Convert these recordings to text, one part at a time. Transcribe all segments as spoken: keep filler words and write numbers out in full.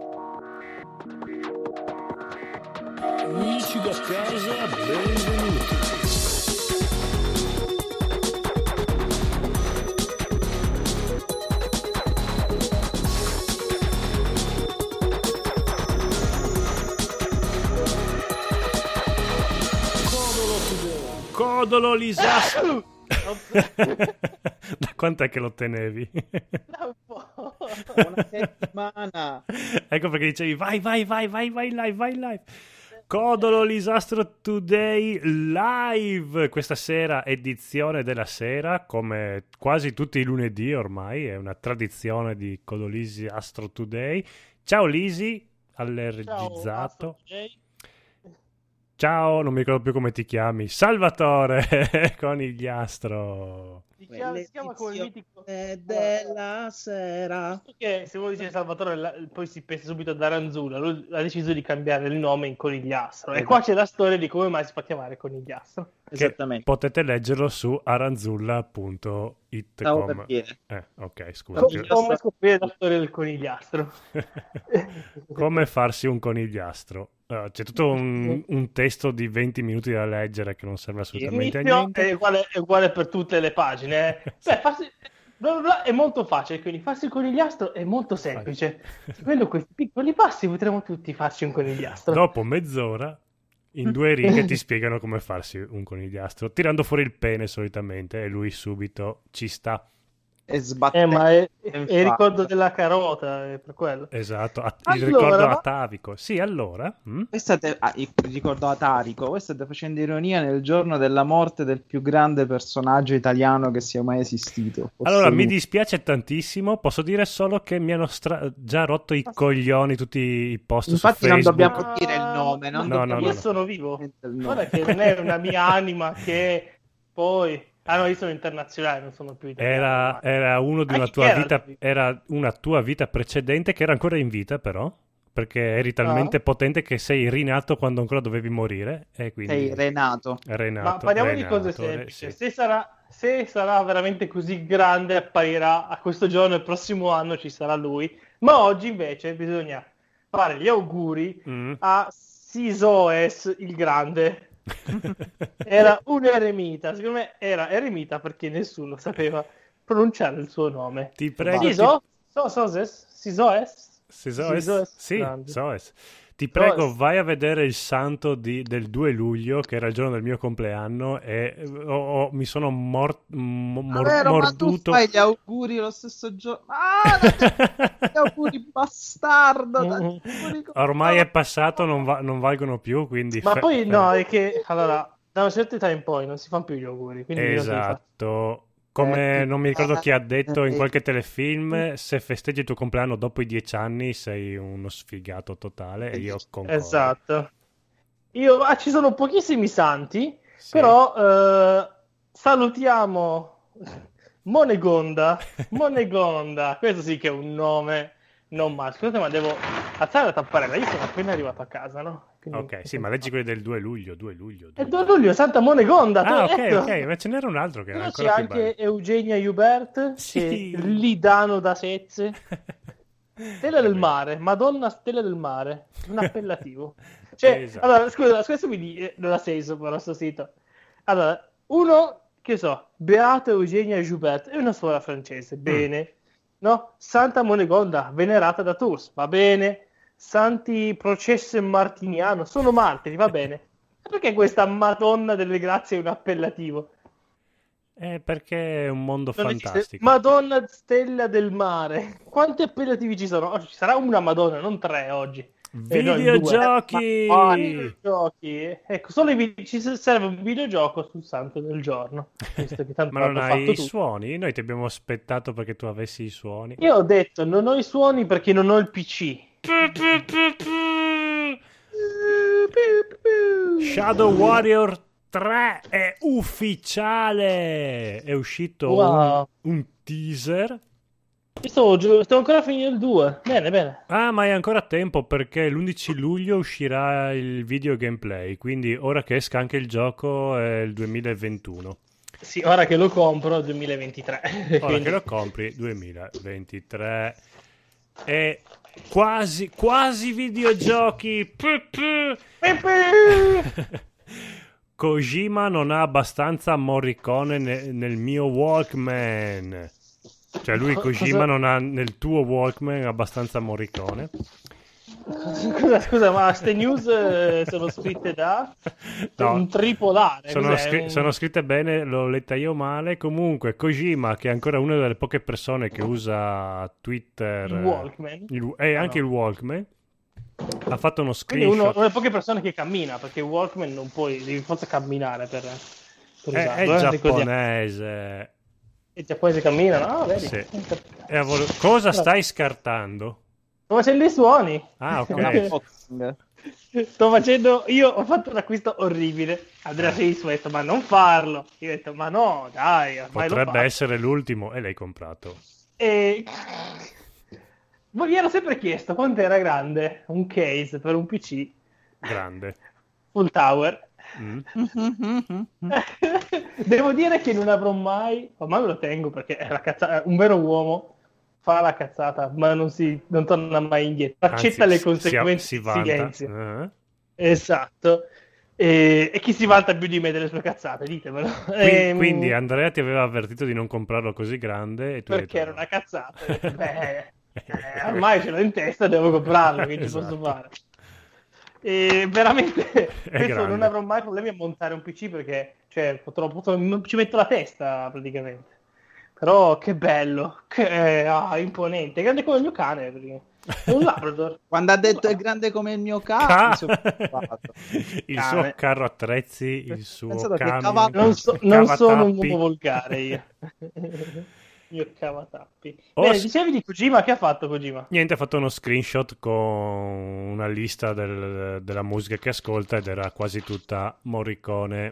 Amici da casa, benvenuti. Codolo Lisastro. Da quant'è che lo tenevi? Da un po'. Una settimana. Ecco perché dicevi vai vai vai vai vai live vai live. Codolo Lisastro Today live questa sera, edizione della sera, come quasi tutti i lunedì ormai, è una tradizione di Codolo Lisastro Today. Ciao Lisi, allergizzato. Ciao, Ciao, non mi ricordo più come ti chiami. Salvatore Conigliastro. Si chiama, si chiama come il mitico della sera. Che se uno dice Salvatore la, poi si pensa subito ad Aranzulla. Lui ha deciso di cambiare il nome in Conigliastro. E qua c'è la storia di come mai si fa chiamare Conigliastro. Esattamente. Potete leggerlo su aranzulla punto it. Stavo per dire. Eh, ok, scusa. Come scoprire la storia del conigliastro. Come farsi un conigliastro. Uh, c'è tutto un, un testo di venti minuti da leggere che non serve assolutamente a niente. È uguale, è uguale per tutte le pagine. Eh. Beh, farsi, bla bla bla, è molto facile, quindi farsi un conigliastro è molto semplice. Seguendo questi piccoli passi potremo tutti farci un conigliastro. Dopo mezz'ora in due righe ti spiegano come farsi un conigliastro, tirando fuori il pene solitamente, e lui subito ci sta. E sbatte. Eh, ma è, è il ricordo della carota, è per quello. Esatto, a- il Allora, ricordo ma- atavico. Sì, allora? Mm? Voi state, ah, il ricordo atarico, voi state facendo ironia nel giorno della morte del più grande personaggio italiano che sia mai esistito. Posso Allora, mi dire? dispiace tantissimo, posso dire solo che mi hanno stra- già rotto i coglioni tutti i post Infatti su non Facebook. dobbiamo dire il nome, non No, no, dobbiamo no, Io no. sono vivo. dire il nome. Guarda che non è una mia anima che poi... Ah no, io sono internazionale, non sono più italiano. Era, era uno di Ah, una chi tua era? vita, era una tua vita precedente che era ancora in vita, però, perché eri talmente Ah. potente che sei rinato quando ancora dovevi morire, e quindi Sei Renato. renato. Ma parliamo renato, di cose eh, semplici. sì. Se sarà, se sarà veramente così grande, apparirà a questo giorno, il prossimo anno ci sarà lui. Ma oggi invece bisogna fare gli auguri Mm. a Sisoes il Grande. Era un eremita, secondo me era eremita perché nessuno sapeva pronunciare il suo nome. Ti prego, Siso? So, Soses? Sisoes? Sì, Soes? Sisoes Sì, Grande. Soes. Ti prego, Soes. vai a vedere il santo di- del due luglio, che era il giorno del mio compleanno, e ho- ho- mi sono mor- mo- mor- Ah, vero, ma tu morduto. fai gli auguri lo stesso giorno. Ah, non- gli auguri bastardo. Mm. tanti auguri con- Ormai è passato, non, va- non valgono più, quindi... Ma fe- poi fe- no, è che allora da una certa età in poi non si fanno più gli auguri. Quindi io non te li faccio. Esatto. Come Eh, non mi ricordo chi ha detto in eh, qualche telefilm, se festeggi il tuo compleanno dopo i dieci anni sei uno sfigato totale, e io concordo. Esatto. Io, ah, ci sono pochissimi santi, Sì. però eh, salutiamo Monegonda. Monegonda, questo sì che è un nome non male. Scusate, ma devo alzare la tapparella. Io sono appena arrivato a casa, no? Quindi- Ok, sì, ma leggi quelli del due luglio, due luglio. È due luglio, Santa Monegonda. te Ah, l'ho ok, detto. ok, ma ce n'era un altro che era Però c'è ancora più anche Eugenia Hubert, Sì. che è Lidano da Sezze. bello. Stella del mare, Madonna Stella del mare, un appellativo. Cioè, Esatto. allora, scusa, questo mi dice, non ha senso però sto sito. Allora, uno, che so, Beata Eugenia Joubert, è una suora francese, bene. No? Santa Monegonda, venerata da Tours, va bene. Santi Processo e Martiniano, sono martiri, va bene. Perché questa Madonna delle Grazie è un appellativo? Eh, perché è un mondo Non esiste. fantastico. Madonna Stella del Mare. Quanti appellativi ci sono? Oh, ci sarà una Madonna, non tre oggi. Eh, no, in due. Videogiochi! Ma- ah, videogiochi. Ecco, solo i vide- ci serve un videogioco sul santo del giorno. Visto che tanto Ma non hanno hai fatto i tutto. suoni? Noi ti abbiamo aspettato perché tu avessi i suoni. Io ho detto, non ho i suoni perché non ho il P C. Shadow Warrior tre è ufficiale! È uscito Wow. un, un teaser. Io sto, gio- sto ancora finendo il due. Bene, bene. Ah, ma è ancora a tempo perché l'undici luglio uscirà il video gameplay, quindi ora che esca anche il gioco è il duemilaventuno. Sì, ora che lo compro, duemilaventitré. Ora Quindi- che lo compri, duemilaventitré. E quasi, quasi videogiochi. Kojima non ha abbastanza Morricone ne- nel mio Walkman. Cioè lui Kojima non ha nel tuo Walkman abbastanza Morricone. Scusa, scusa, ma queste news eh, sono scritte da No, un tripolare. sono, cos'è? scri- Un- sono scritte bene, l'ho letta io male. Comunque Kojima, che è ancora una delle poche persone che usa Twitter, Il Walkman? il- e Ah, anche no. il Walkman, ha fatto uno Quindi uno, screenshot. una delle poche persone che cammina, perché il Walkman non puoi, devi forse camminare per, per È, usarlo. è eh, ricordiamo. giapponese. I giapponesi camminano, ah, vedi? Sì. E a vol- cosa stai scartando? Sto facendo i suoni. Ah, Un ok. unboxing. Sto facendo, io ho fatto un acquisto orribile. Andrea Seis mi ha detto, ma non farlo. Io ho detto, ma no, dai, ormai l'ho Potrebbe fatto. essere l'ultimo e l'hai comprato. E... Ma mi ero sempre chiesto quanto era grande un case per un P C Grande. full tower. Mm. Devo dire che non avrò mai, ormai me lo tengo perché è la cazzata, un vero uomo fa la cazzata, ma non si non torna mai indietro, accetta Anzi, le si- conseguenze si, si di vanta. silenzio. Eh. Esatto. E, e chi si vanta più di me delle sue cazzate, ditemelo. Quindi, Ehm, quindi Andrea ti aveva avvertito di non comprarlo così grande e tu hai perché detto era no. una cazzata. Ho detto, Beh, eh, ormai ce l'ho in testa, devo comprarlo, che ci Esatto. posso fare? E veramente penso grande. non avrò mai problemi a montare un P C perché cioè, potrò, potrò- ci metto la testa praticamente. Però che bello, che ah, imponente, grande come il mio cane, perché è un Labrador. Quando ha detto è grande come il mio Ca- carro, mi sono preoccupato. il suo Cane. carro attrezzi, il suo Pensato che camion, cavallo- Non, so- non sono un cavatappi. uomo volgare io. Io cavatappi. Oh, Bene, s- dicevi di Kojima, che ha fatto Kojima? Niente, ha fatto uno screenshot con una lista del- della musica che ascolta ed era quasi tutta Morricone.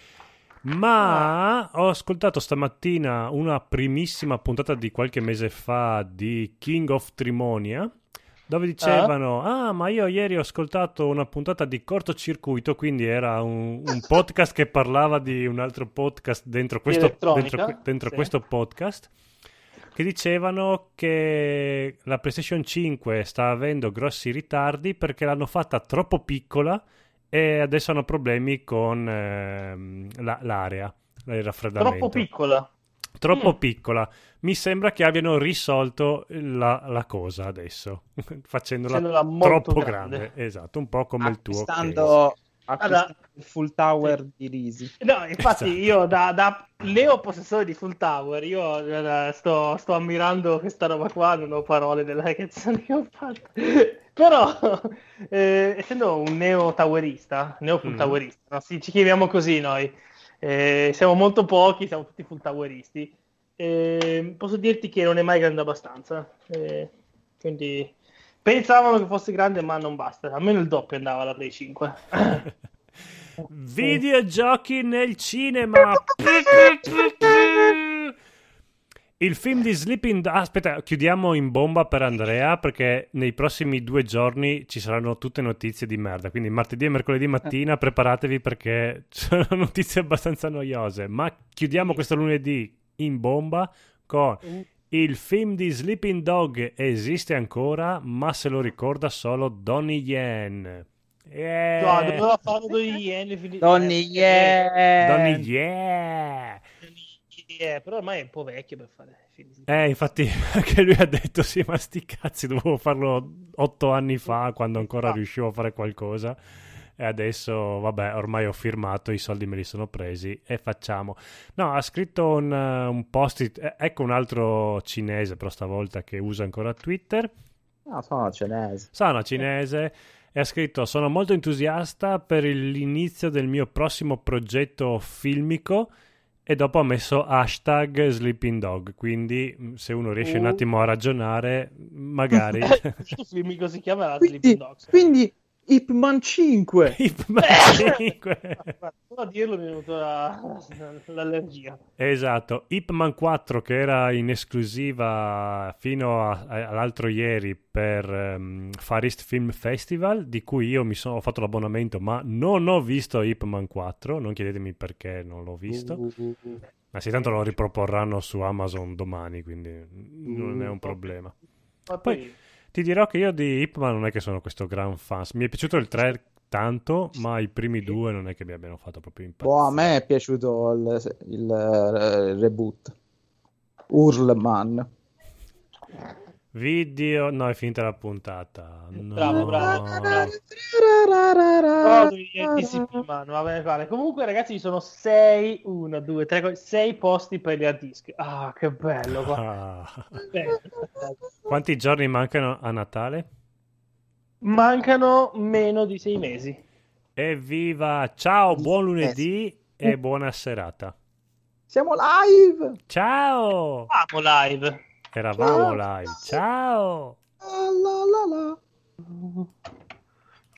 Ma ho ascoltato stamattina una primissima puntata di qualche mese fa di King of Trimonia, dove dicevano: ah, ma io ieri ho ascoltato una puntata di Cortocircuito, quindi era un, un podcast che parlava di un altro podcast dentro questo, elettronica? dentro, dentro Sì. questo podcast, che dicevano che la PlayStation cinque sta avendo grossi ritardi perché l'hanno fatta troppo piccola e adesso hanno problemi con ehm, la- l'aria, il raffreddamento. Troppo piccola. Troppo Mm. piccola. Mi sembra che abbiano risolto la, la cosa adesso, facendola Facendola molto troppo grande. grande. Esatto, un po' come il tuo case. Acquistando, acquistando Allora- il full tower di Risi. No, infatti Esatto. io da, da neo possessore di Full Tower, io eh, sto, sto ammirando questa roba qua, non ho parole della canzone che ho fatto. Però, eh, essendo un neo towerista, neo full Mm. towerista, no? Sì, ci chiamiamo così noi, eh, siamo molto pochi, siamo tutti full toweristi. Eh, posso dirti che non è mai grande abbastanza. Eh, quindi pensavano che fosse grande, ma non basta. Almeno il doppio andava alla Play cinque. Videogiochi nel cinema. Il film di Sleeping Dogs. Aspetta, chiudiamo in bomba per Andrea perché nei prossimi due giorni ci saranno tutte notizie di merda. Quindi martedì e mercoledì mattina preparatevi perché sono notizie abbastanza noiose. Ma chiudiamo questo lunedì in bomba con il film di Sleeping Dog. Esiste ancora, ma se lo ricorda solo Donnie Yen. Yeah. No, doveva farlo Donnie Yen. fini- Donnie eh, yeah. Donnie Yeah. eh, però ormai è un po' vecchio per fare film. Eh, infatti anche lui ha detto sì, ma sti cazzi, dovevo farlo otto anni fa quando ancora Ah. riuscivo a fare qualcosa e adesso, vabbè, ormai ho firmato, i soldi me li sono presi e facciamo. No, ha scritto un, uh, un post, eh, ecco un altro cinese però stavolta che usa ancora Twitter, No, sono cinesi. sono cinese, e ha scritto: sono molto entusiasta per il- l'inizio del mio prossimo progetto filmico. E dopo ha messo hashtag Sleeping Dog, quindi mh, se uno riesce un Oh. attimo a ragionare, magari Questo film si chiama Sleeping Quindi, Dogs. quindi Ip Man cinque. Ip Man cinque. Guarda, solo a dirlo mi è venuta la- l'allergia. Esatto, Ip Man quattro che era in esclusiva fino a- a- all'altro ieri per ehm, Far East Film Festival, di cui io mi sono ho fatto l'abbonamento ma non ho visto Ip Man quattro, non chiedetemi perché non l'ho visto, ma sì, tanto lo riproporranno su Amazon domani, quindi non è un problema. Ma Poi, poi Ti dirò che io di Ip Man non è che sono questo gran fan. Mi è piaciuto il tre tanto, ma i primi due non è che mi abbiano fatto proprio impazzire. Boh, a me è piaciuto il, il, eh, reboot. Urlman. Video... No, è finita la puntata. No. Bravo, bravo, bravo. Oh, devi divertirsi prima, non va bene fare. Comunque, ragazzi, ci sono sei, uno, due, tre, sei posti per gli hard disk. Ah, che bello qua. Ah. Bello. Quanti giorni mancano a Natale? Mancano meno di sei mesi. Evviva! Ciao, buon lunedì e buona serata. Siamo live! Ciao! Siamo live. Eravamo live. Ciao! La la la la.